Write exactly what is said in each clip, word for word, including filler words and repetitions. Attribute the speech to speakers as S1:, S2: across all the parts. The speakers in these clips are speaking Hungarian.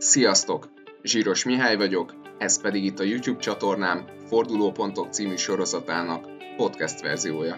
S1: Sziasztok! Zsíros Mihály vagyok, ez pedig itt a YouTube csatornám Fordulópontok című sorozatának podcast verziója.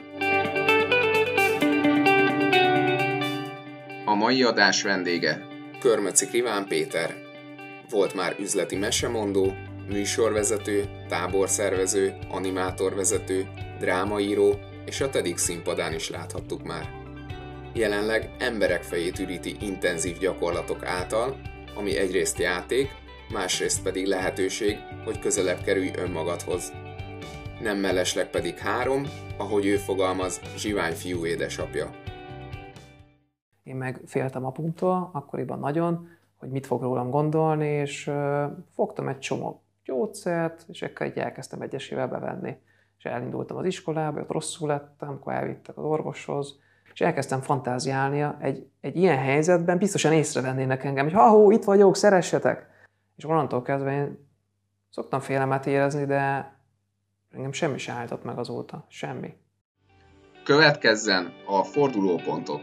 S1: A mai adás vendége Körmöcik Iván Péter. Volt már üzleti mesemondó, műsorvezető, táborszervező, animátorvezető, drámaíró, és a TEDx színpadán is láthattuk már. Jelenleg emberek fejét üríti intenzív gyakorlatok által, ami egyrészt játék, másrészt pedig lehetőség, hogy közelebb kerülj önmagadhoz. Nem mellesleg pedig három, ahogy ő fogalmaz, zsiványfiú édesapja.
S2: Én meg féltem apumtól, akkoriban nagyon, hogy mit fog rólam gondolni, és uh, fogtam egy csomó gyógyszert, és ekkor egy elkezdtem egyesével bevenni. És elindultam az iskolába, ott rosszul lettem, akkor elvittek az orvoshoz, és elkezdtem fantáziálni, egy, egy ilyen helyzetben biztosan észrevennének engem, hogy ha-hó, itt vagyok, szeressetek! És onnantól kezdve én szoktam félelmet érezni, de engem semmi se állított meg azóta. Semmi.
S1: Következzen a fordulópontok.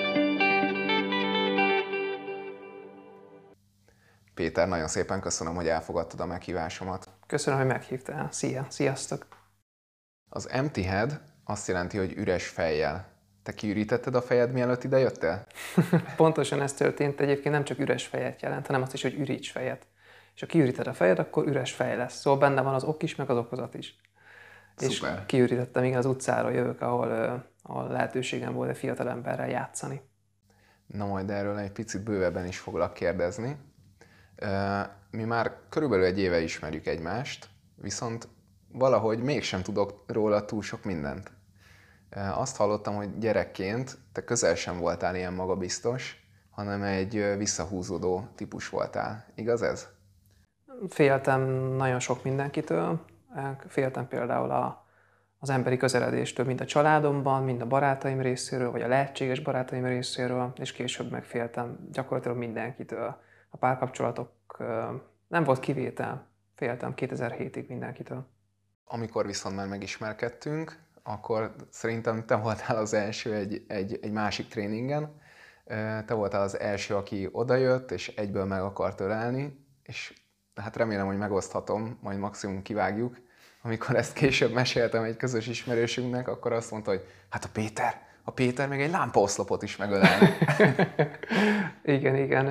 S3: Péter, nagyon szépen köszönöm, hogy elfogadtad a meghívásomat.
S2: Köszönöm, hogy meghívtál. Szia, sziasztok!
S3: Az empty head azt jelenti, hogy üres fejjel. Te kiürítetted a fejed, mielőtt ide jöttél?
S2: Pontosan ez történt. Egyébként nem csak üres fejet jelent, hanem azt is, hogy üríts fejet. És ha kiüríted a fejed, akkor üres fej lesz. Szóval benne van az ok is, meg az okozat is.
S3: Szuper.
S2: És kiürítettem, igen, az utcáról jövök, ahol, ahol lehetőségem volt egy fiatal emberrel játszani.
S3: Na majd erről egy picit bővebben is foglak kérdezni. Mi már körülbelül egy éve ismerjük egymást, viszont valahogy mégsem tudok róla túl sok mindent. Azt hallottam, hogy gyerekként te közel sem voltál ilyen magabiztos, hanem egy visszahúzódó típus voltál. Igaz ez?
S2: Féltem nagyon sok mindenkitől. Féltem például a, az emberi közeledéstől, mind a családomban, mind a barátaim részéről, vagy a lehetséges barátaim részéről, és később meg féltem gyakorlatilag mindenkitől. A párkapcsolatok nem volt kivétel. Féltem kétezer-hétig mindenkitől.
S3: Amikor viszont már megismerkedtünk, akkor szerintem te voltál az első egy, egy, egy másik tréningen. Te voltál az első, aki odajött, és egyből meg akart ölelni, és hát remélem, hogy megoszthatom, majd maximum kivágjuk. Amikor ezt később meséltem egy közös ismerősünknek, akkor azt mondta, hogy hát a Péter, a Péter még egy lámpaoszlopot is megölelni.
S2: igen, igen.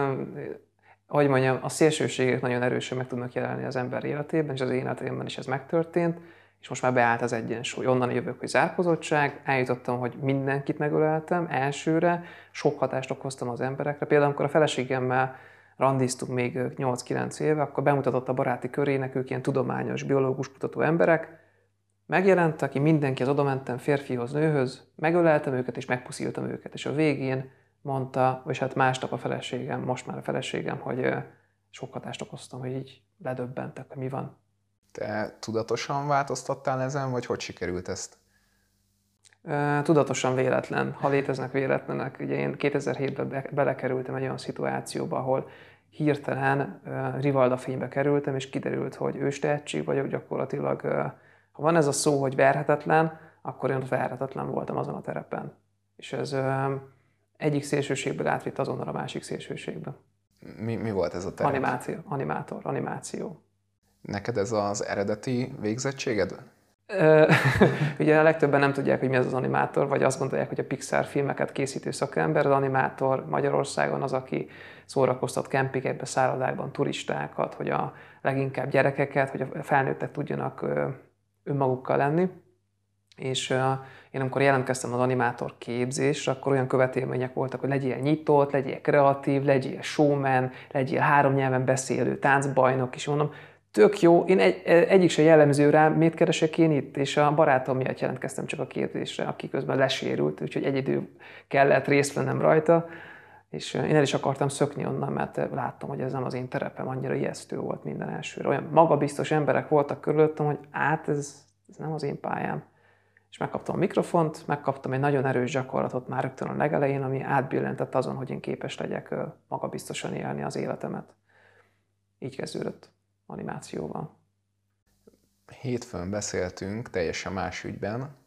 S2: Hogy mondjam, a szélsőségek nagyon erősen meg tudnak jelenni az ember életében, és az én életemben is ez megtörtént, és most már beállt az egyensúly. Onnan jövök, hogy zárkózottság, eljutottam, hogy mindenkit megöleltem elsőre, sok hatást okoztam az emberekre. Például, amikor a feleségemmel randiztunk még nyolc-kilenc éve, akkor bemutatott a baráti körének, ők ilyen tudományos, biológus kutató emberek. Megjelentek, én mindenkihez odamentem, férfihoz, nőhöz, megöleltem őket, és megpuszíltam őket. És a végén mondta, vagy hát másnap a feleségem, most már a feleségem, hogy sok hatást okoztam, hogy így ledöbbentek, hogy mi van.
S3: Te tudatosan változtattál ezen, vagy hogy sikerült ezt?
S2: Tudatosan véletlen, ha léteznek véletlenek. Ugye én kétezer-hétben belekerültem egy olyan szituációba, ahol hirtelen rivalda fénybe kerültem, és kiderült, hogy őstehetség vagyok gyakorlatilag. Ha van ez a szó, hogy verhetetlen, akkor én ott verhetetlen voltam azon a terepen. És ez egyik szélsőségből átvitt azonnal a másik szélsőségbe.
S3: Mi, mi volt ez a terep?
S2: Animáció, animátor, animáció.
S3: Neked ez az eredeti végzettséged?
S2: Ugye a legtöbben nem tudják, hogy mi ez az animátor, vagy azt gondolják, hogy a Pixar filmeket készítő szakember. Az animátor Magyarországon az, aki szórakoztat kempingekben, szállodákban turistákat, hogy a leginkább gyerekeket, hogy a felnőttek tudjanak önmagukkal lenni. És én amikor jelentkeztem az animátor képzésre, akkor olyan követelmények voltak, hogy legyél nyitott, legyél kreatív, legyél showman, legyél három nyelven beszélő táncbajnok, és mondom, tök jó, én egy, egyik se jellemző rám, miért keresek én itt, és a barátom miatt jelentkeztem csak a képzésre, aki közben lesérült, úgyhogy egy idő kellett részt vennem rajta, és én el is akartam szökni onnan, mert láttam, hogy ez nem az én terepem, annyira ijesztő volt minden elsőre. Olyan magabiztos emberek voltak körülöttem, hogy át, ez, ez nem az én pályám. És megkaptam a mikrofont, megkaptam egy nagyon erős gyakorlatot már rögtön a legelején, ami átbillentett azon, hogy én képes legyek magabiztosan élni az életemet. Így kezdődött animációval.
S3: Hétfőn beszéltünk teljesen más ügyben,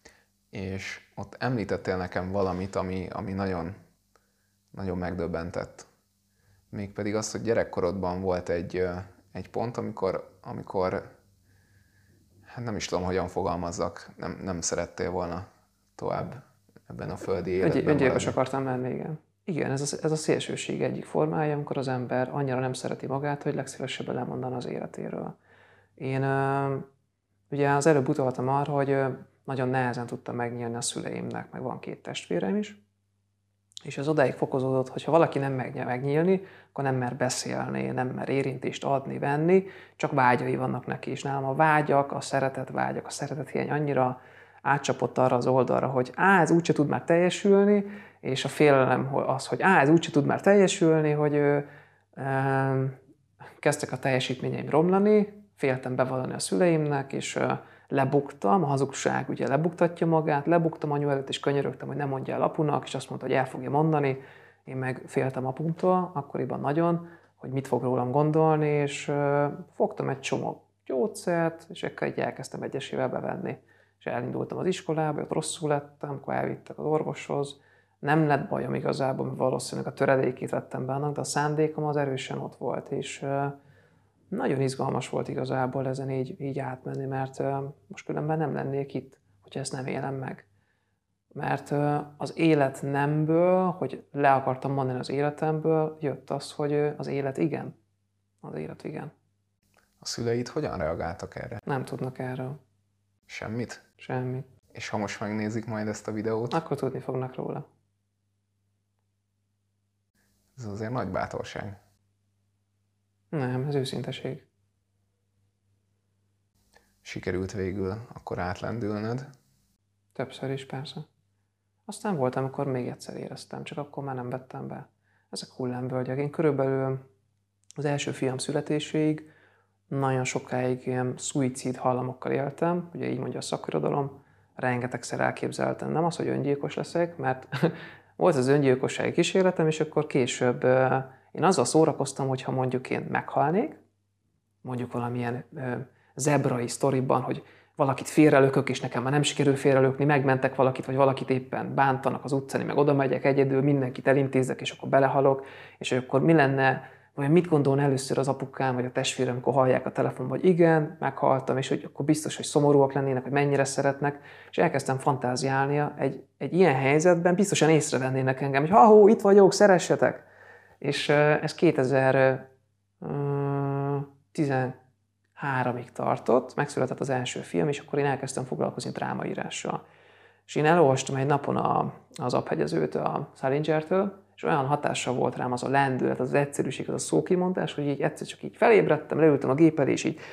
S3: és ott említettél nekem valamit, ami, ami nagyon, nagyon megdöbbentett. Mégpedig az, hogy gyerekkorodban volt egy, egy pont, amikor, amikor hát nem is tudom, hogyan fogalmazzak, nem, nem szerettél volna tovább ebben a földi életben.
S2: Öngyilkos akartam lenni, igen. Igen, ez a, ez a szélsőség egyik formája, amikor az ember annyira nem szereti magát, hogy legszívesebben lemondana az életéről. Én ugye az előbb utaltam arra, hogy nagyon nehezen tudtam megnyílni a szüleimnek, meg van két testvérem is, és az odáig fokozódott, hogy ha valaki nem mer megnyílni, akkor nem mer beszélni, nem mer érintést adni, venni, csak vágyai vannak neki. És nálam a vágyak, a szeretet vágyak, a szeretet hiány annyira átcsapott arra az oldalra, hogy á, ez úgyse tud már teljesülni, és a félelem az, hogy á, ez úgyse tud már teljesülni, hogy ö, ö, kezdtek a teljesítményeim romlani, féltem bevallani a szüleimnek, és ö, lebuktam, a hazugság ugye lebuktatja magát, lebuktam anyu előtt, és könyörögtem, hogy ne mondja el apunak, és azt mondta, hogy el fogja mondani. Én meg féltem apumtól, akkoriban nagyon, hogy mit fog rólam gondolni, és ö, fogtam egy csomó gyógyszert, és ekkor így elkezdtem egyesével bevenni. És elindultam az iskolába, ott rosszul lettem, akkor elvittek az orvoshoz. Nem lett bajom igazából, mert valószínűleg a töredékét vettem be annak, de a szándékom az erősen ott volt, és ö, nagyon izgalmas volt igazából ezen így, így átmenni, mert ö, most különben nem lennék itt, hogyha ezt nem élem meg. Mert ö, az élet nemből, hogy le akartam mondani az életemből, jött az, hogy ö, az élet igen. Az élet igen.
S3: A szüleid hogyan reagáltak erre?
S2: Nem tudnak erről.
S3: Semmit?
S2: Semmit.
S3: És ha most megnézik majd ezt a videót?
S2: Akkor tudni fognak róla.
S3: Ez azért nagy bátorság.
S2: Nem, ez őszinteség.
S3: Sikerült végül akkor átlendülnöd?
S2: Többször is, persze. Aztán volt, amikor még egyszer éreztem, csak akkor már nem vettem be. Ezek hullámvölgyek. Én körülbelül az első fiam születéséig nagyon sokáig ilyen szuicid hallamokkal éltem, ugye így mondja a szakirodalom, rengetegszer elképzeltem, nem az, hogy öngyilkos leszek, mert volt az öngyilkossági kísérletem, és akkor később én azzal szórakoztam, hogyha mondjuk én meghalnék, mondjuk valamilyen zebrai sztoriban, hogy valakit félrelökök, és nekem már nem sikerül félrelökni, megmentek valakit, vagy valakit éppen bántanak az utcán, meg oda megyek egyedül, mindenkit elintézek, és akkor belehalok, és akkor mi lenne, vagy mit gondolna először az apukám, vagy a testvérem, amikor hallják a telefonban, hogy igen, meghaltam, és hogy akkor biztos, hogy szomorúak lennének, hogy mennyire szeretnek, és elkezdtem fantáziálnia, egy, egy ilyen helyzetben biztosan észrevennének engem, hogy ha-hó, itt vagyok, szeressetek. És ez kétezer-tizenháromig tartott, megszületett az első film, és akkor én elkezdtem foglalkozni drámaírással. És én elolvastam egy napon a, az Aphegyezőt a Salingertől, és olyan hatással volt rám az a lendület, az egyszerűség, az a szókimondás, hogy így egyszer csak így felébredtem, leültem a gép elé, és így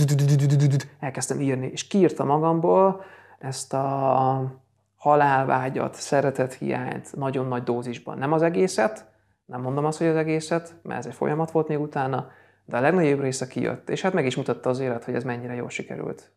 S2: elkezdtem írni, és kiírtam magamból ezt a halálvágyat, szeretethiányt nagyon nagy dózisban. Nem az egészet, nem mondom azt, hogy az egészet, mert ez egy folyamat volt még utána, de a legnagyobb része kijött, és hát meg is mutatta az élet, hogy ez mennyire jól sikerült.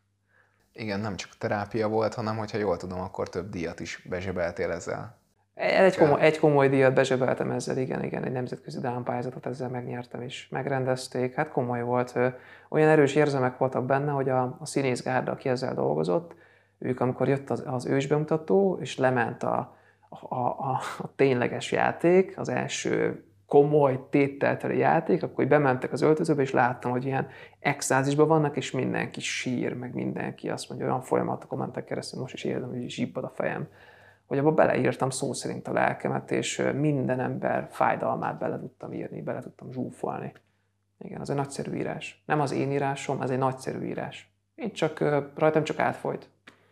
S3: Igen, nem csak terápia volt, hanem hogyha jól tudom, akkor több díjat is bezsebeltél ezzel.
S2: Egy komoly, egy komoly díjat bezsebeltem ezzel, igen, igen, egy nemzetközi drámapályázatot ezzel megnyertem, és megrendezték. Hát komoly volt. Olyan erős érzelmek voltak benne, hogy a, a színészgárda, aki ezzel dolgozott, ők amikor jött az, az ősbemutató, és lement a, a, a, a tényleges játék, az első komoly téttelteli játék, akkor bementek az öltözőbe, és láttam, hogy ilyen extázisban vannak, és mindenki sír, meg mindenki azt mondja, olyan folyamatokon mentek keresztül, most is érzem, hogy zsibbad a fejem. Hogy abba beleírtam szó szerint a lelkemet, és minden ember fájdalmát bele tudtam írni, bele tudtam zsúfolni. Igen, az egy nagyszerű írás. Nem az én írásom, ez egy nagyszerű írás. Én csak, rajtam csak átfolyt.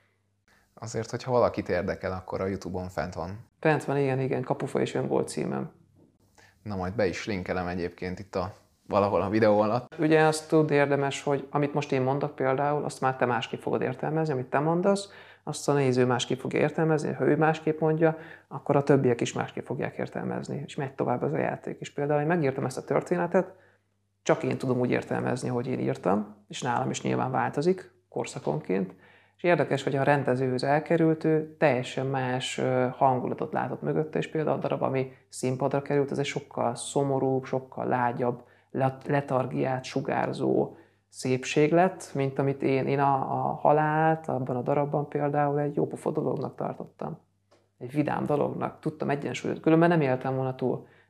S3: Azért, hogyha valakit érdekel, akkor a YouTube-on fent van.
S2: Fent van, igen, igen, Kapufa és Öngól címem.
S3: Na majd be is linkelem egyébként itt a valahol a videó alatt.
S2: Ugye azt tud érdemes, hogy amit most én mondok például, azt már te másképp fogod értelmezni, amit te mondasz, azt a néző másképp fogja értelmezni, ha ő másképp mondja, akkor a többiek is másképp fogják értelmezni, és megy tovább ez a játék. És például én megírtam ezt a történetet, csak én tudom úgy értelmezni, hogy én írtam, és nálam is nyilván változik korszakonként, és érdekes, hogy a rendezőhöz elkerült, ő teljesen más hangulatot látott mögötte, és például a darab, ami színpadra került, ez egy sokkal szomorúbb, sokkal lágyabb, letargiát sugárzó szépség lett, mint amit én, én a, a halált abban a darabban például egy jópofa dolognak tartottam. Egy vidám dolognak. Tudtam egyensúlyozni. Különben nem éltem volna túl.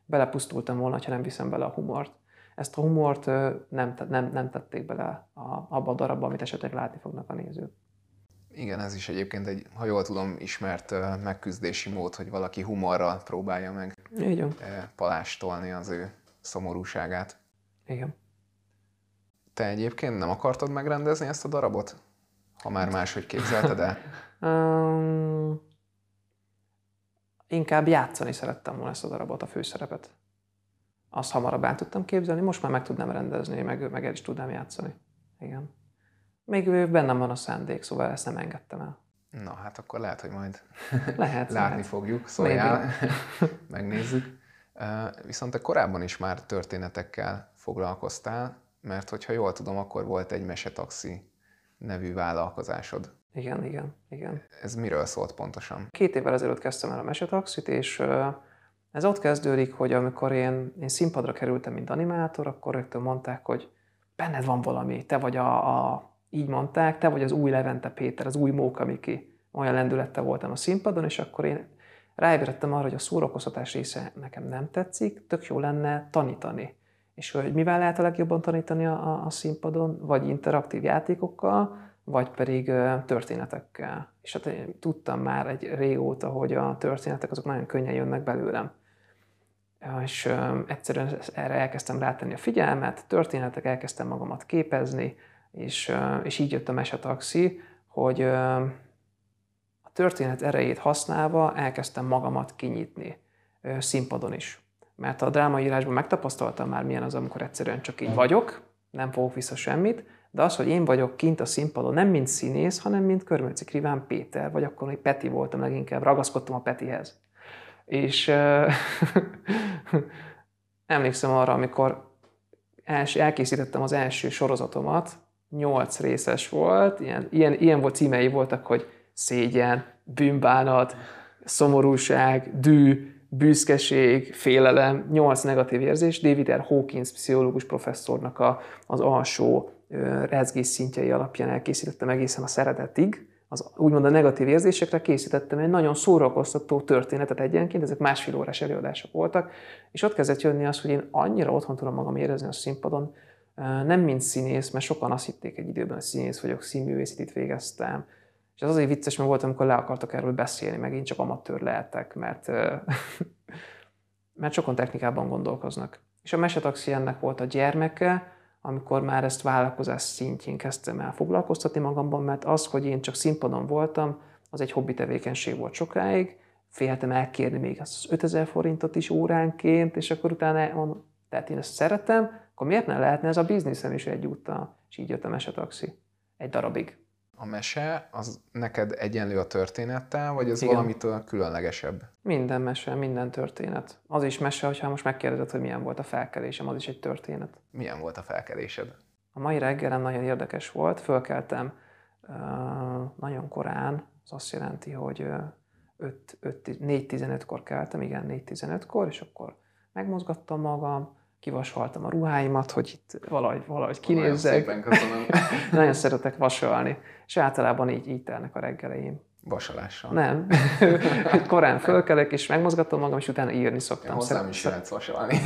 S2: belepusztultam volna, ha nem viszem bele a humort. Ezt a humort nem, nem, nem tették bele a, abba a darabba, amit esetleg látni fognak a nézők.
S3: Igen, ez is egyébként egy, ha jól tudom, ismert megküzdési mód, hogy valaki humorral próbálja meg
S2: Igen.
S3: palástolni az ő szomorúságát.
S2: Igen.
S3: Te egyébként nem akartad megrendezni ezt a darabot? Ha már máshogy képzelted el?
S2: um, inkább játszani szerettem volna ezt a darabot, a főszerepet. Azt hamarabb el tudtam képzelni, most már meg tudnám rendezni, meg, meg el is tudnám játszani. Igen. Még bennem van a szándék, szóval ezt nem engedtem el.
S3: Na, hát akkor lehet, hogy majd
S2: lehet,
S3: látni
S2: lehet.
S3: fogjuk, szóljál, megnézzük. Viszont te korábban is már történetekkel foglalkoztál, mert hogyha jól tudom, akkor volt egy Mesetaxi nevű vállalkozásod.
S2: Igen, igen, igen.
S3: Ez miről szólt pontosan?
S2: Két évvel ezelőtt kezdtem el a Mesetaxit, és ez ott kezdődik, hogy amikor én, én színpadra kerültem, mint animátor, akkor rögtön mondták, hogy benned van valami, te vagy a, a így mondták, te vagy az új Levente Péter, az új Móka Miki. Olyan lendülettel voltam a színpadon, és akkor én ráébredtem arra, hogy a szórakoztatás része nekem nem tetszik, tök jó lenne tanítani. És hogy mivel lehet a legjobban tanítani a, a, a színpadon, vagy interaktív játékokkal, vagy pedig uh, történetekkel. És hát én tudtam már egy régóta, hogy a történetek azok nagyon könnyen jönnek belőlem. És uh, egyszerűen erre elkezdtem rátenni a figyelmet, történetek, elkezdtem magamat képezni, és, uh, és így jött a Mesetaxi, hogy uh, a történet erejét használva elkezdtem magamat kinyitni uh, színpadon is. Mert a drámaírásban megtapasztaltam már, milyen az, amikor egyszerűen csak így vagyok, nem fogok vissza semmit, de az, hogy én vagyok kint a színpadon, nem mint színész, hanem mint Körmöcsi Kriván Péter, vagy akkor, hogy Peti voltam leginkább, ragaszkodtam a Petihez. És uh, emlékszem arra, amikor els, elkészítettem az első sorozatomat, nyolc részes volt, ilyen, ilyen, ilyen volt címei voltak, hogy szégyen, bűnbánat, szomorúság, dű, büszkeség, félelem, nyolc negatív érzés. David R. Hawkins pszichológus professzornak a, az alsó ö, rezgés szintjei alapján elkészítettem egészen a szeretetig. Az, úgymond a negatív érzésekre készítettem egy nagyon szórakoztató történetet egyenként, ezek másfél órás előadások voltak, és ott kezdett jönni az, hogy én annyira otthon tudom magam érezni a színpadon, nem mint színész, mert sokan azt hitték egy időben, hogy színész vagyok, színművészetit végeztem. És az azért vicces, mert volt, amikor le akartak erről beszélni, meg én csak amatőr lehetek, mert, mert sokan technikában gondolkoznak. És a Mesetaxi ennek volt a gyermeke, amikor már ezt vállalkozás szintjén kezdtem el foglalkoztatni magamban, mert az, hogy én csak színpadon voltam, az egy hobbi tevékenység volt sokáig, féltem elkérni még az ötezer forintot is óránként, és akkor utána mondom, tehát én ezt szeretem, akkor miért ne lehetne ez a bizniszem is egyúttal? És így jött a Mesetaxi. Egy darabig.
S3: A mese az neked egyenlő a történettel, vagy ez
S2: Igen.
S3: valamitől különlegesebb?
S2: Minden mese, minden történet. Az is mese, hogyha most megkérdezed, hogy milyen volt a felkelésem, az is egy történet.
S3: Milyen volt a felkelésed?
S2: A mai reggelem nagyon érdekes volt, fölkeltem uh, nagyon korán, az azt jelenti, hogy négy tizenötkor keltem, igen, négy tizenötkor, és akkor megmozgattam magam, kivasaltam a ruháimat, hogy itt valahogy, valahogy kinézzek.
S3: Nagyon szépen köszönöm.
S2: Nagyon szeretek vasalni, és általában így, így telnek a reggeleim.
S3: Vasalással?
S2: Nem. Korán fölkelek, és megmozgatom magam, és utána írni szoktam.
S3: Én hozzám is jöhetsz vasalni.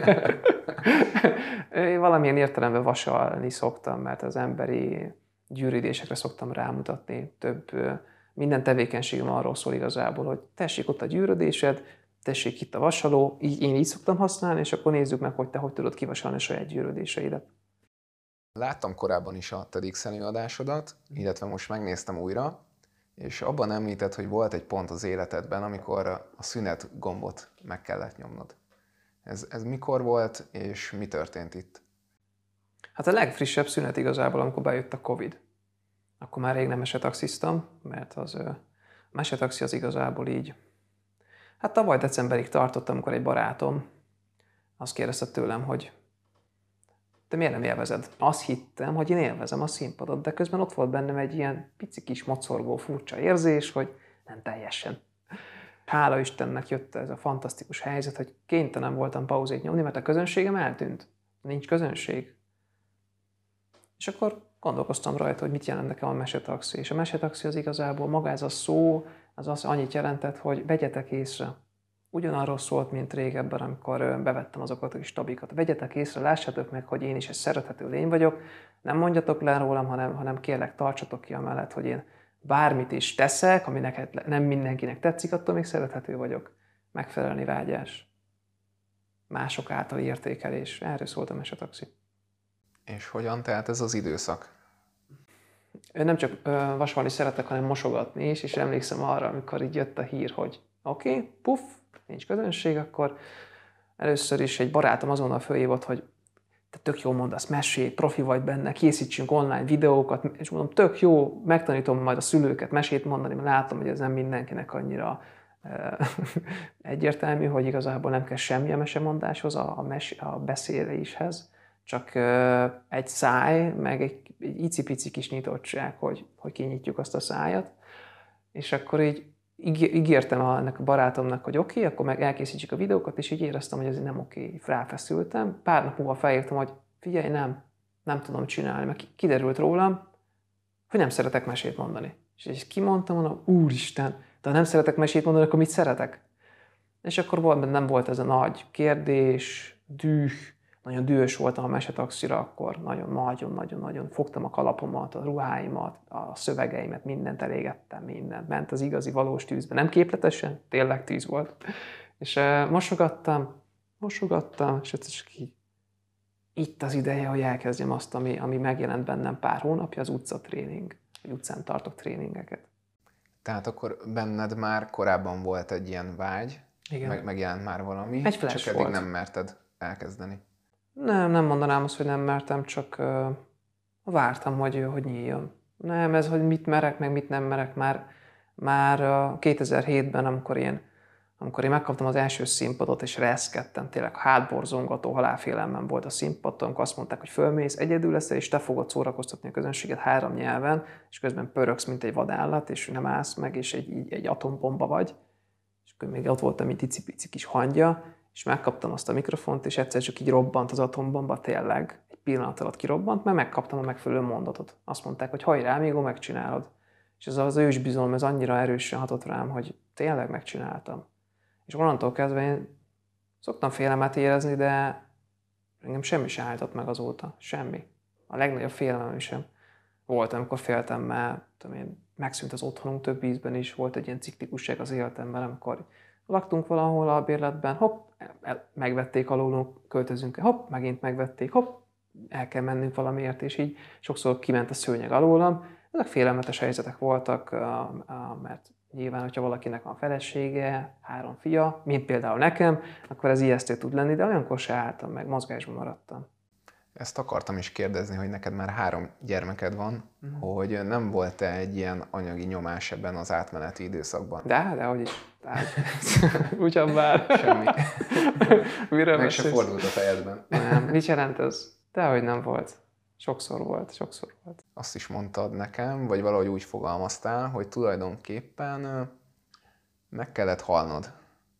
S2: Valamilyen értelemben vasalni szoktam, mert az emberi gyűrűdésekre szoktam rámutatni. Több, minden tevékenységem arról szól igazából, hogy tessék ott a gyűrödésed, tessék itt a vasaló, így, én így szoktam használni, és akkor nézzük meg, hogy te hogy tudod kivasalni a saját gyűrödéseidet.
S3: Láttam korábban is a TEDx előadásodat, illetve most megnéztem újra, és abban említett, hogy volt egy pont az életedben, amikor a szünet gombot meg kellett nyomnod. Ez, ez mikor volt, és mi történt itt?
S2: Hát a legfrissebb szünet igazából, amikor bejött a Covid. Akkor már rég nem mesetaxiztam, mert az a mesetaxi az igazából így. Hát tavaly decemberig tartott, amikor egy barátom azt kérdezte tőlem, hogy te miért nem élvezed? Azt hittem, hogy én élvezem a színpadot, de közben ott volt bennem egy ilyen pici kis mocorgó, furcsa érzés, hogy nem teljesen. Hála Istennek jött ez a fantasztikus helyzet, hogy kénytelen voltam pauzét nyomni, mert a közönségem eltűnt. Nincs közönség. És akkor gondolkoztam rajta, hogy mit jelent nekem a mesetaxi. És a mesetaxi az igazából maga ez a szó, az az annyit jelentett, hogy vegyetek észre. ugyanarról szólt, mint régebben, amikor bevettem azokat a kis tabikat. Vegyetek észre, lássátok meg, hogy én is egy szerethető lény vagyok, nem mondjatok le rólam, hanem, hanem kérlek, tartsatok ki amellett, hogy én bármit is teszek, ami neked nem mindenkinek tetszik, attól még szerethető vagyok. Megfelelni vágyás. Mások által értékelés. Erről szólt a Mesetaxi.
S3: És hogyan telt ez az időszak?
S2: Én nem csak ö, vasalni szeretek, hanem mosogatni is, és emlékszem arra, amikor így jött a hír, hogy oké, okay, puff, nincs közönség, akkor először is egy barátom azonnal fölhívott, hogy te tök jól mondasz, mesélj, profi vagy benne, készítsünk online videókat, és mondom, tök jó, megtanítom majd a szülőket mesét mondani, mert látom, hogy ez nem mindenkinek annyira egyértelmű, hogy igazából nem kell semmi a mesemondáshoz, a, a, mes, a beszéléshez, csak egy száj, meg egy, egy icipici kis nyitottság, hogy, hogy kinyitjuk azt a szájat. És akkor így ígértem a, ennek a barátomnak, hogy oké, okay, akkor meg elkészítsük a videókat, és így éreztem, hogy ez nem oké. Okay. Ráfeszültem. Pár nap múlva felírtam, hogy figyelj, nem, nem tudom csinálni, mert kiderült rólam, hogy nem szeretek mesét mondani. És így kimondtam, mondom, úristen, de ha nem szeretek mesét mondani, akkor mit szeretek? És akkor volt, nem volt ez a nagy kérdés, düh, nagyon dühös voltam a Mesetaxira, akkor nagyon-nagyon-nagyon-nagyon fogtam a kalapomat, a ruháimat, a szövegeimet, mindent elégettem, mindent. Ment az igazi valós tűzbe. Nem képletesen, tényleg tűz volt. És uh, mosogattam, mosogattam, és ez ki. Itt az ideje, hogy elkezdjem azt, ami, ami megjelent bennem pár hónapja, az utcatréning. Hogy utcán tartok tréningeket.
S3: Tehát akkor benned már korábban volt egy ilyen vágy,
S2: igen.
S3: Meg, megjelent már valami,
S2: egy flash
S3: csak eddig
S2: volt.
S3: nem merted elkezdeni.
S2: Nem, nem mondanám azt, hogy nem mertem, csak uh, vártam, hogy, hogy nyíljon. Nem, ez, hogy mit merek, meg mit nem merek, már, már uh, kétezer-hétben, amikor én, amikor én megkaptam az első színpadot, és reszkedtem, tényleg hátborzongató halálfélelmem volt a színpadon, amikor azt mondták, hogy fölmész, egyedül leszel, és te fogod szórakoztatni a közönséget három nyelven, és közben pörögsz, mint egy vadállat, és nem állsz meg, és egy, egy atombomba vagy. És akkor még ott voltam egy icipici kis hangya, és megkaptam azt a mikrofont, és egyszer csak így robbant az atombomba, tényleg. Egy pillanat alatt kirobbant, mert megkaptam a megfelelő mondatot. Azt mondták, hogy hajrá, még megcsinálod. És ez az ősbizalom, ez annyira erősen hatott rám, hogy tényleg megcsináltam. És onnantól kezdve én szoktam félelmet érezni, de engem semmi sem állított meg azóta. Semmi. A legnagyobb félelmem sem volt, amikor féltem, mert tudom én, megszűnt az otthonunk több ízben is, volt egy ilyen ciklikusság az életemben, amikor laktunk valahol a bérletben, hopp, el, megvették alólunk, költözünk, hopp, megint megvették, hopp, el kell mennünk valamiért, és így sokszor kiment a szőnyeg alólam. Ezek félelmetes helyzetek voltak, mert nyilván, hogyha valakinek van felesége, három fia, mint például nekem, akkor ez ijesztő tud lenni, de olyankor se álltam meg, mozgásban maradtam.
S3: Ezt akartam is kérdezni, hogy neked már három gyermeked van, uh-huh. hogy nem volt-e egy ilyen anyagi nyomás ebben az átmeneti időszakban?
S2: De, de hogy is. Ugyan már.
S3: Semmi.
S2: Mire
S3: meg se fordult a fejedben.
S2: Nem, mit jelent ez? Dehogy nem volt. Sokszor volt, sokszor volt.
S3: Azt is mondtad nekem, vagy valahogy úgy fogalmaztál, hogy tulajdonképpen meg kellett halnod.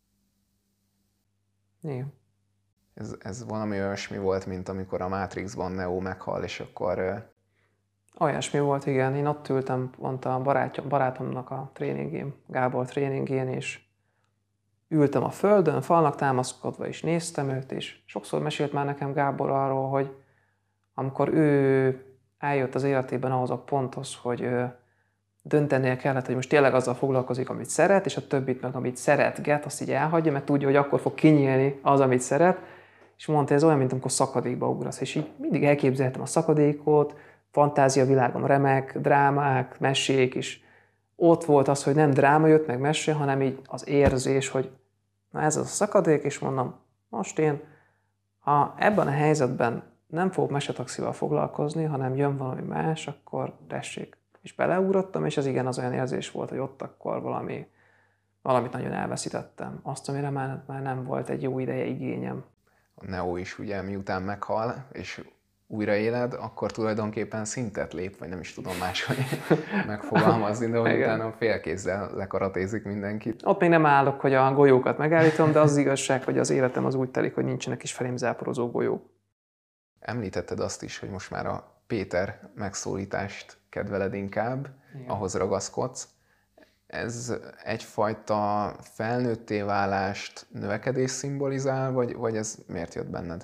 S2: Igen.
S3: Ez, ez valami olyasmi volt, mint amikor a Matrixban Neo meghal, és akkor...
S2: Olyasmi volt, igen. Én ott ültem pont a barát, barátomnak a tréningén, Gábor tréningén, és ültem a földön, falnak támaszkodva, és néztem őt, és sokszor mesélt már nekem Gábor arról, hogy amikor ő eljött az életében ahhoz a ponthoz, hogy döntenie kellett, hogy most tényleg azzal foglalkozik, amit szeret, és a többit meg, amit szeretget, azt így elhagyja, mert tudja, hogy akkor fog kinyílni az, amit szeret. És mondta, ez olyan, mint amikor szakadékba ugrasz. És így mindig elképzeltem a szakadékot, fantáziavilágom remek, drámák, mesék, és ott volt az, hogy nem dráma jött meg mesé, hanem így az érzés, hogy na ez az a szakadék, és mondom, most én, ha ebben a helyzetben nem fogok Mesetaxival foglalkozni, hanem jön valami más, akkor tessék. És beleugrottam, és az igen, az olyan érzés volt, hogy ott akkor valami, valamit nagyon elveszítettem. Azt, amire már, már nem volt egy jó ideje igényem.
S3: A Neo is ugye miután meghal, és újra éled, akkor tulajdonképpen szintet lép, vagy nem is tudom máshogy megfogalmazni, de hogy utána félkézzel lekaratézik mindenkit.
S2: Ott még nem állok, hogy a golyókat megállítom, de az igazság, hogy az életem az úgy telik, hogy nincsenek is felém záporozó golyók.
S3: Említetted azt is, hogy most már a Péter megszólítást kedveled inkább, igen. Ahhoz ragaszkodsz. Ez egyfajta felnőtté válást, növekedés szimbolizál, vagy, vagy ez miért jött benned?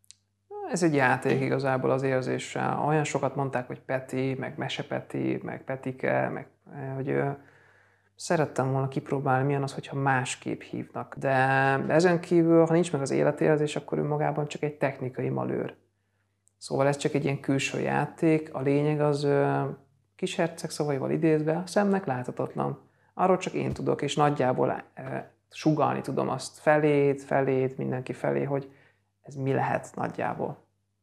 S2: Ez egy játék igazából az érzéssel. Olyan sokat mondták, hogy Peti, meg Mesepeti, meg Petike, meg hogy ö, szerettem volna kipróbálni, milyen az, hogyha másképp hívnak. De ezen kívül, ha nincs meg az életérzés, akkor ő magában csak egy technikai malőr. Szóval ez csak egy ilyen külső játék. A lényeg az ö, kis herceg szavaival idézve, a szemnek láthatatlan. Arról csak én tudok, és nagyjából ö, sugallni tudom azt felét, felét, mindenki felé, hogy ez mi lehet nagyjából.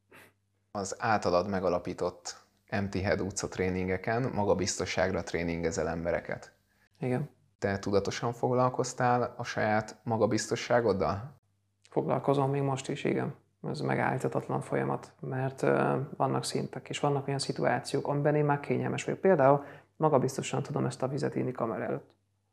S3: Az általad megalapított Empty Head utca tréningeken magabiztosságra tréningezel embereket.
S2: Igen.
S3: Te tudatosan foglalkoztál a saját magabiztosságoddal?
S2: Foglalkozom még most is, igen. Ez megállíthatatlan folyamat, mert uh, vannak szintek, és vannak olyan szituációk, amiben én már kényelmes vagyok. Például magabiztosan tudom ezt a vizet inni kamera előtt.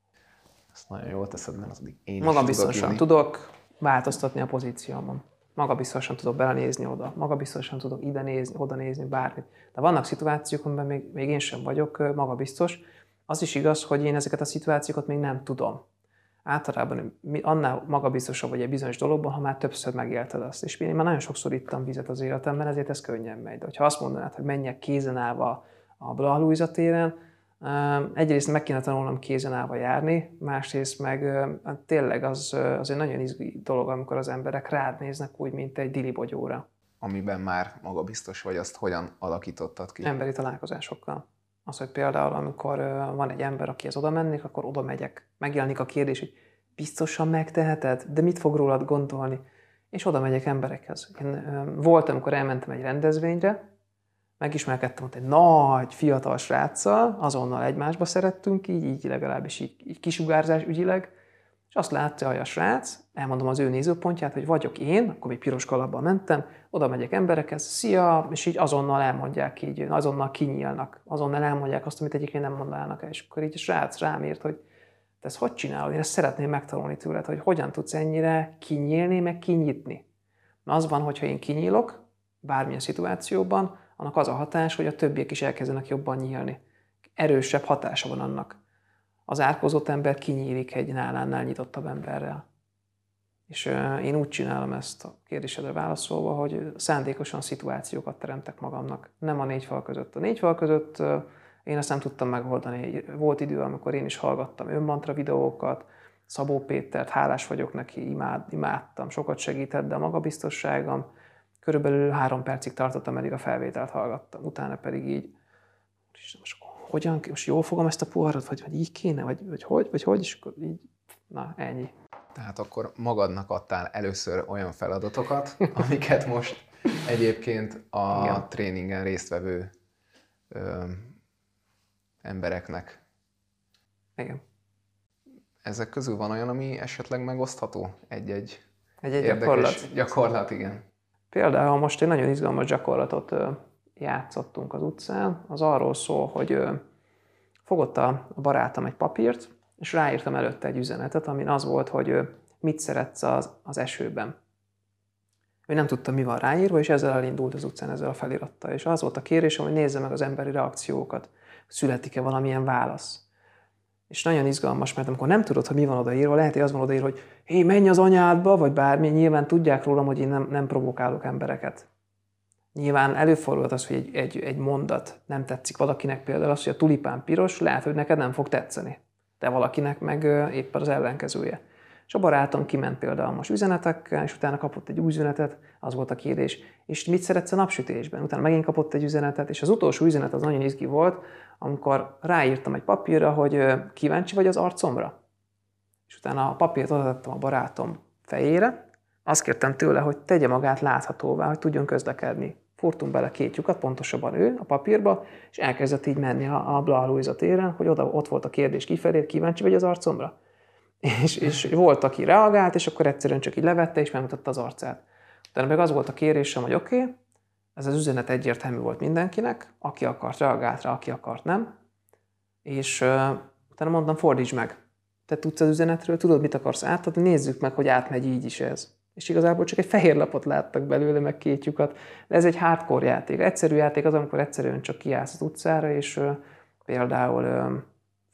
S3: Ezt nagyon jól teszed, mert az én is
S2: magabiztosan
S3: tudok,
S2: tudok változtatni a pozíciómon. Magabiztosan tudok belenézni oda, magabiztosan tudok ide nézni, oda nézni, bármit. De vannak szituációk, amiben még, még én sem vagyok magabiztos. Az is igaz, hogy én ezeket a szituációkat még nem tudom. Általában annál magabiztosabb vagy egy bizonyos dologban, ha már többször megélted azt. És én már nagyon sokszor ittam vizet az életemben, ezért ez könnyen megy. De ha azt mondanád, hogy menjek kézen állva a Blaha Lujza téren, egyrészt meg kéne tanulnom kézen állva járni, másrészt meg tényleg az, az egy nagyon izgi dolog, amikor az emberek rád néznek úgy, mint egy dilibogyóra.
S3: Amiben már magabiztos vagy, azt hogyan alakítottad ki?
S2: Emberi találkozásokkal. Az, hogy például amikor van egy ember, akihez oda mennék, akkor oda megyek. Megjelenik a kérdés, hogy biztosan megteheted, de mit fog rólad gondolni? És oda megyek emberekhez. Én voltam, amikor elmentem egy rendezvényre, megismerkedtem ott egy nagy, fiatal sráccal, azonnal egymásba szerettünk, így, így legalábbis így, így kisugárzás ügyileg, és azt látta, hogy a srác, elmondom az ő nézőpontját, hogy vagyok én, akkor még piros kalapban mentem, oda megyek emberekhez, szia, és így azonnal elmondják, így azonnal kinyílnak, azonnal elmondják azt, amit egyébként nem mondanának el, és akkor így a srác rám írt, hogy te ezt hogy csinálod, én ezt szeretném megtanulni tőled, hogy hogyan tudsz ennyire kinyílni, meg kinyitni. Mert az van, hogyha én kinyílok, bármilyen szituációban, annak az a hatás, hogy a többiek is elkezdenek jobban nyílni. Erősebb hatása van annak. Az árkozott ember kinyílik egy nálánál nyitottabb emberrel. És euh, én úgy csinálom ezt a kérdésedre válaszolva, hogy szándékosan szituációkat teremtek magamnak. Nem a négy fal között. A négy fal között euh, én ezt nem tudtam megoldani. Volt idő, amikor én is hallgattam önmantra videókat, Szabó Pétert, hálás vagyok neki, imád, imádtam, sokat segített, de a magabiztosságom körülbelül három percig tartott, ameddig a felvételt hallgattam. Utána pedig így, most hogyan, most jól fogom ezt a poharat, vagy, vagy így kéne, vagy, vagy hogy, vagy hogy, és akkor így, na, ennyi.
S3: Tehát akkor magadnak adtál először olyan feladatokat, amiket most egyébként a Igen. tréningen résztvevő ö, embereknek.
S2: Igen.
S3: Ezek közül van olyan, ami esetleg megosztható? Egy-egy,
S2: Egy-egy gyakorlat.
S3: Gyakorlat, igen.
S2: Például most egy nagyon izgalmas gyakorlatot játszottunk az utcán. Az arról szól, hogy fogott a barátom egy papírt, és ráírtam előtte egy üzenetet, amin az volt, hogy mit szeretsz az, az esőben. Ő nem tudta, mi van ráírva, és ezzel elindult az utcán, ezzel a felirattal. És az volt a kérésem, hogy nézze meg az emberi reakciókat, születik-e valamilyen válasz. És nagyon izgalmas, mert amikor nem tudod, hogy mi van odaírva, lehet, hogy az van odaírva, hogy hé, menj az anyádba, vagy bármi, nyilván tudják rólam, hogy én nem, nem provokálok embereket. Nyilván előfordulhat az, hogy egy, egy, egy mondat nem tetszik valakinek, például az, hogy a tulipán piros, lehet, hogy neked nem fog tetszeni. De valakinek meg éppen az ellenkezője. És a barátom kiment például most üzenetekkel, és utána kapott egy új üzenetet, az volt a kérdés, és mit szeretsz a napsütésben? Utána megint kapott egy üzenetet, és az utolsó üzenet az nagyon izgi volt, amikor ráírtam egy papírra, hogy kíváncsi vagy az arcomra. És utána a papírt odatettem a barátom fejére, azt kértem tőle, hogy tegye magát láthatóvá, hogy tudjon közlekedni. Furtunk bele két lyukat, pontosabban ő a papírba, és elkezdett így menni a, a Blaha Lujza téren, hogy oda, ott volt a kérdés kifelé, kíváncsi vagy az arcomra. És, és volt, aki reagált, és akkor egyszerűen csak így levette, és megmutatta az arcát. Utána meg az volt a kérésem, hogy oké, okay, ez az üzenet egyértelmű volt mindenkinek, aki akart, reagált rá, aki akart, nem. És uh, utána mondtam, fordíts meg. Te tudsz az üzenetről, tudod, mit akarsz átadni, nézzük meg, hogy átmegy így is ez. És igazából csak egy fehér lapot láttak belőle, meg két lyukat. De ez egy hardcore játék. Egyszerű játék az, amikor egyszerűen csak kiállsz az utcára, és uh, például uh,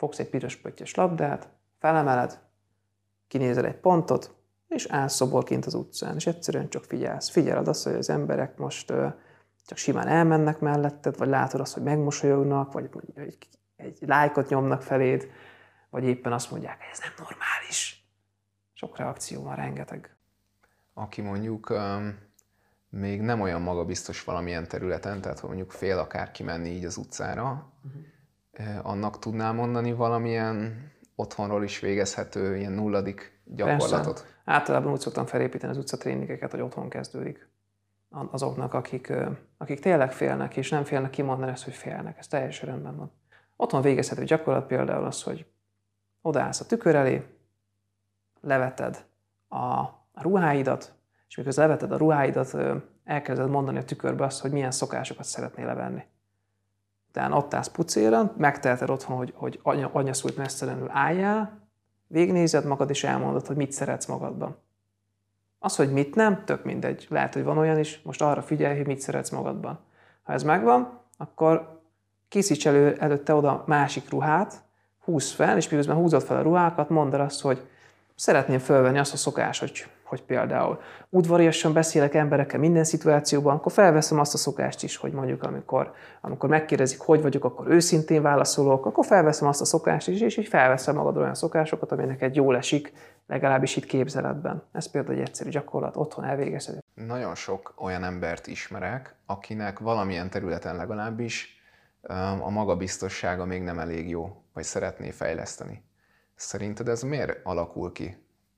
S2: fogsz egy piros pöttyös labdát, felemeled, kinézel egy pontot, és állsz szoborként az utcán, és egyszerűen csak figyelsz. Figyeled azt, hogy az emberek most ö, csak simán elmennek melletted, vagy látod azt, hogy megmosolyognak, vagy egy, egy lájkot nyomnak feléd, vagy éppen azt mondják, hogy ez nem normális. Sok reakció van, rengeteg.
S3: Aki mondjuk um, még nem olyan magabiztos valamilyen területen, tehát hogy mondjuk fél akár kimenni így az utcára, uh-huh. annak tudnál mondani valamilyen otthonról is végezhető ilyen nulladik gyakorlatot?
S2: Persze. Általában úgy szoktam felépíteni az utcatréningeket, hogy otthon kezdődik. Azoknak, akik, akik tényleg félnek, és nem félnek kimondani ezt, hogy félnek. Ez teljesen rendben van. Otthon végezhető gyakorlat például az, hogy odaállsz a tükör elé, leveted a ruháidat, és miközben leveted a ruháidat, elkezded mondani a tükörbe azt, hogy milyen szokásokat szeretnél levenni. Utána ott állsz pucéran, megteheted otthon, hogy, hogy anya, anyaszült mesztelenül álljál, végignézed magad, és elmondod, hogy mit szeretsz magadban. Az, hogy mit nem, tök mindegy. Lehet, hogy van olyan is, most arra figyelj, hogy mit szeretsz magadban. Ha ez megvan, akkor készíts elő előtte oda másik ruhát, húzz fel, és miközben húzod fel a ruhákat, mondd azt, hogy szeretném fölvenni azt a szokás, hogy, hogy például udvariasan beszélek emberekkel minden szituációban, akkor felveszem azt a szokást is, hogy mondjuk amikor, amikor megkérdezik, hogy vagyok, akkor őszintén válaszolok, akkor felveszem azt a szokást is, és így felveszem magadra olyan szokásokat, ami neked jól esik, legalábbis itt képzeletben. Ez például egy egyszerű gyakorlat, otthon elvégezhető.
S3: Nagyon sok olyan embert ismerek, akinek valamilyen területen legalábbis a magabiztossága még nem elég jó, vagy szeretné fejleszteni. Szerinted ez miért alakul ki?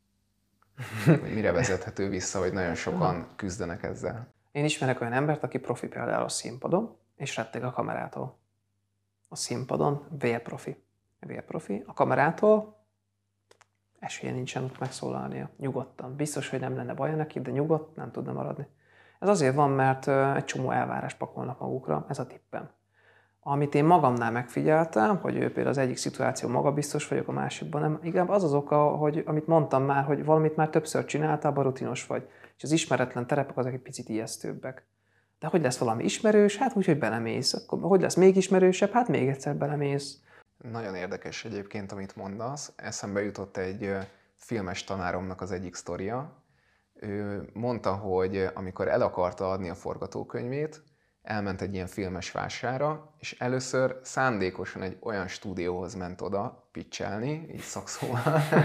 S3: Mire vezethető vissza, hogy nagyon sokan küzdenek ezzel?
S2: Én ismerek olyan embert, aki profi például a színpadon, és retteg a kamerától. A színpadon vérprofi. Vérprofi. A kamerától esélye nincsen ott megszólalnia. Nyugodtan. Biztos, hogy nem lenne baja neki, de nyugodt, nem tudna maradni. Ez azért van, mert egy csomó elvárást pakolnak magukra. Ez a tippem. Amit én magamnál megfigyeltem, hogy ő például az egyik szituáció magabiztos vagyok, a másikban nem. Igen, az az oka, hogy amit mondtam már, hogy valamit már többször csináltál, abban rutinos vagy. És az ismeretlen terepek azok egy picit ijesztőbbek. De hogy lesz valami ismerős? Hát úgy, hogy belemész. Akkor hogy lesz még ismerősebb? Hát még egyszer belemész.
S3: Nagyon érdekes egyébként, amit mondasz. Eszembe jutott egy filmes tanáromnak az egyik sztoria. Ő mondta, hogy amikor el akarta adni a forgatókönyvét, elment egy ilyen filmes vásárra, és először szándékosan egy olyan stúdióhoz ment oda pitchelni, így szakszóval,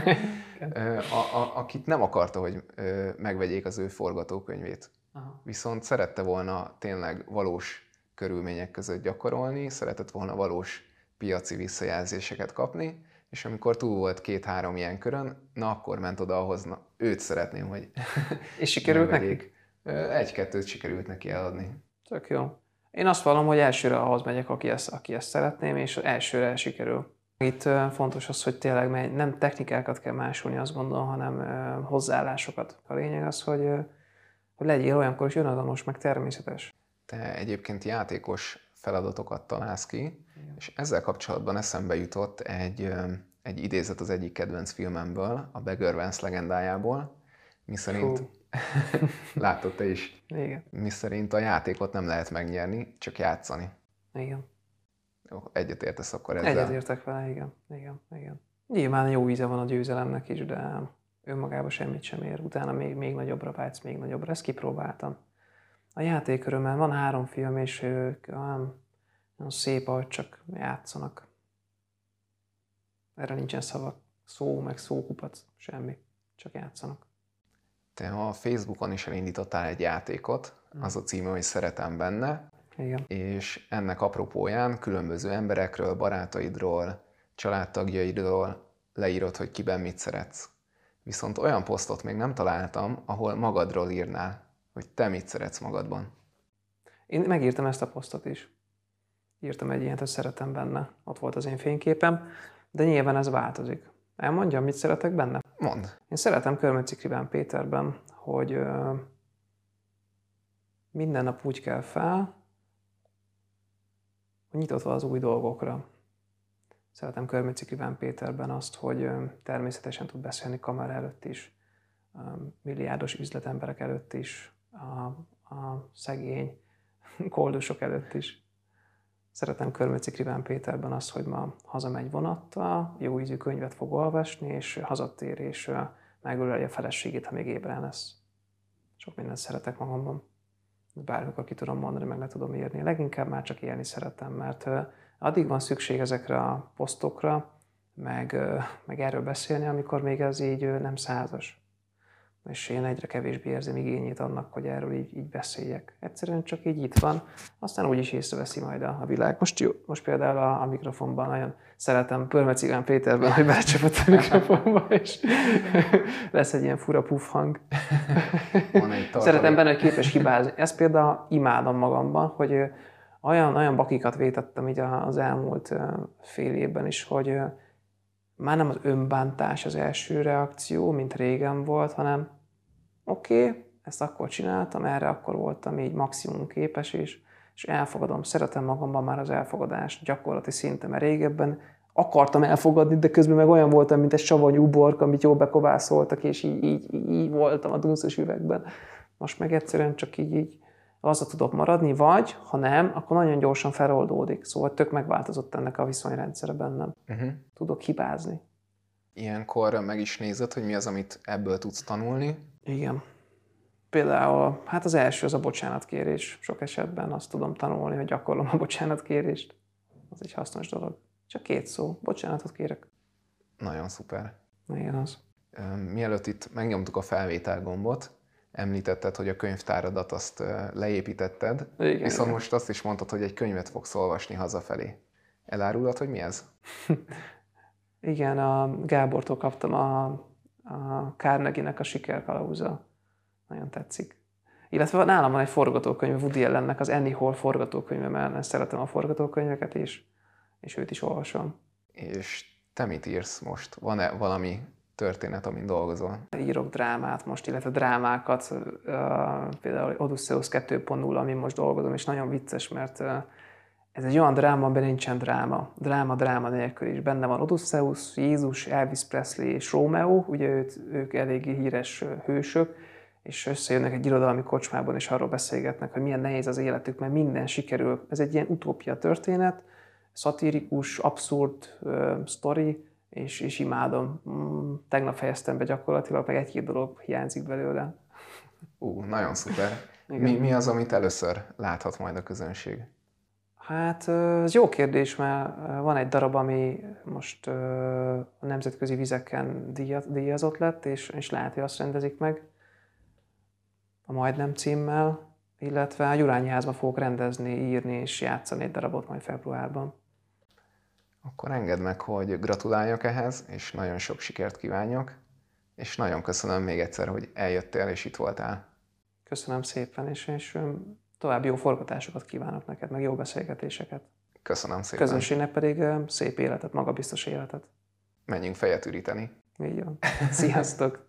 S3: a, a, akit nem akarta, hogy megvegyék az ő forgatókönyvét. Aha. Viszont szerette volna tényleg valós körülmények között gyakorolni, szeretett volna valós piaci visszajelzéseket kapni, és amikor túl volt két-három ilyen körön, na akkor ment oda ahhoz, na, őt szeretném, hogy
S2: és sikerült nekik?
S3: Egy-kettőt sikerült neki eladni.
S2: Tök jó. Én azt vallom, hogy elsőre ahhoz megyek, aki ezt, aki ezt szeretném, és elsőre sikerül. Itt fontos az, hogy tényleg nem technikákat kell másolni, azt gondolom, hanem hozzáállásokat. A lényeg az, hogy, hogy legyél olyankor is önadamos, meg természetes.
S3: Te egyébként játékos feladatokat találsz ki, igen. És ezzel kapcsolatban eszembe jutott egy, egy idézet az egyik kedvenc filmemből, a Beggar Vance legendájából, miszerint látod te is.
S2: Igen.
S3: Miszerint a játékot nem lehet megnyerni, csak játszani.
S2: Igen.
S3: Jó, egyetértesz akkor ezzel?
S2: Egyetértek vele, igen. igen. igen. Nyilván jó íze van a győzelemnek is, de önmagában semmit sem ér. Utána még, még nagyobbra vágysz, még nagyobbra. Ezt kipróbáltam. A játékörömmel van három fiam, és ők olyan, olyan szép, ahogy csak játszanak. Erre nincsen szavak. Szó, meg szókupac, semmi. Csak játszanak.
S3: Te a Facebookon is elindítottál egy játékot, az a címe, hogy Szeretem benne.
S2: Igen.
S3: És ennek apropóján különböző emberekről, barátaidról, családtagjaidról leírod, hogy kiben mit szeretsz. Viszont olyan posztot még nem találtam, ahol magadról írnál, hogy te mit szeretsz magadban.
S2: Én megírtam ezt a posztot is. Írtam egy ilyet, hogy szeretem benne. Ott volt az én fényképem, de nyilván ez változik. Elmondjam, mit szeretek benne?
S3: Mondd.
S2: Én szeretem Körmöcsi Kriván Péterben, hogy ö, minden nap úgy kell fel, hogy nyitott van az új dolgokra. Szeretem Körmöcsi Kriván Péterben azt, hogy ö, természetesen tud beszélni kamera előtt is, ö, milliárdos üzletemberek előtt is, a, a szegény koldusok előtt is. Szeretem Körmöczi Kriván Péterben azt, hogy ma hazamegy vonattal, jó ízű könyvet fog olvasni, és hazatér, és megöleli a feleségét, ha még ébren lesz. Sok mindent szeretek magamban. Bármikor ki tudom mondani, meg le tudom írni. Leginkább már csak élni szeretem, mert addig van szükség ezekre a posztokra, meg, meg erről beszélni, amikor még ez így nem százas. És én egyre kevésbé érzem igényét annak, hogy erről így, így beszéljek. Egyszerűen csak így itt van, aztán úgyis észreveszi majd a, a világ. Most, jó, most például a, a mikrofonban nagyon szeretem Körmöczi Kriván Péterben, hogy belecsapott a mikrofonba, és lesz egy ilyen fura puff hang. Szeretem benne, hogy képes hibázni. Ezt például imádom magamban, hogy olyan, olyan bakikat vétettem így az elmúlt fél évben is, hogy már nem az önbántás az első reakció, mint régen volt, hanem oké, okay, ezt akkor csináltam, erre akkor voltam így maximum képes is, és elfogadom, szeretem magamban már az elfogadást gyakorlati szinten, mert régebben akartam elfogadni, de közben meg olyan voltam, mint egy savanyú uborka, amit jól bekovászoltak, és így, így, így voltam a dunszos üvegben. Most meg egyszerűen csak így, így azzal tudok maradni, vagy ha nem, akkor nagyon gyorsan feloldódik. Szóval tök megváltozott ennek a viszonyrendszere bennem. Uh-huh. Tudok hibázni.
S3: Ilyenkor meg is nézed, hogy mi az, amit ebből tudsz tanulni?
S2: Igen. Például, hát az első az a bocsánatkérés. Sok esetben azt tudom tanulni, hogy gyakorlom a bocsánatkérést. Az egy hasznos dolog. Csak két szó. Bocsánatot kérek.
S3: Nagyon szuper.
S2: Igen, az.
S3: Mielőtt itt megnyomtuk a felvétel gombot, említetted, hogy a könyvtáradat azt leépítetted,
S2: igen,
S3: viszont
S2: igen.
S3: most azt is mondtad, hogy egy könyvet fogsz olvasni hazafelé. Elárulod, hogy mi ez?
S2: Igen, a Gábortól kaptam a, a Carnegie-nek a Sikerkalauza. Nagyon tetszik. Illetve nálam van egy forgatókönyv, Woody Allennek az Annie Hall forgatókönyve, mert szeretem a forgatókönyveket is, és őt is olvasom.
S3: És te mit írsz most? Van-e valami történet, amin dolgozol?
S2: Írok drámát most, illetve drámákat, uh, például Odysseus kettő pont nulla, amin most dolgozom, és nagyon vicces, mert uh, ez egy olyan dráma, amiben nincsen dráma. Dráma, dráma nélkül is. Benne van Odysseus, Jézus, Elvis Presley és Rómeó, ugye őt, ők eléggé híres hősök, és összejönnek egy irodalmi kocsmában, és arról beszélgetnek, hogy milyen nehéz az életük, mert minden sikerül. Ez egy ilyen utópia történet, szatirikus, abszurd uh, sztori, És, és imádom. Tegnap fejeztem be gyakorlatilag, meg egy-két dolog hiányzik belőle.
S3: Ú, nagyon szuper. Mi, mi az, amit először láthat majd a közönség?
S2: Hát ez jó kérdés, mert van egy darab, ami most a nemzetközi vizeken díjazott lett, és, és lehet, hogy azt rendezik meg a Majdnem címmel, illetve a Gyurányi Házban fogok rendezni, írni és játszani egy darabot majd februárban.
S3: Akkor engedd meg, hogy gratuláljak ehhez, és nagyon sok sikert kívánjak, és nagyon köszönöm még egyszer, hogy eljöttél és itt voltál.
S2: Köszönöm szépen, és, és további jó forgatásokat kívánok neked, meg jó beszélgetéseket.
S3: Köszönöm szépen.
S2: Közönségnek pedig szép életet, magabiztos életet.
S3: Menjünk fejet üríteni.
S2: Így van. Sziasztok!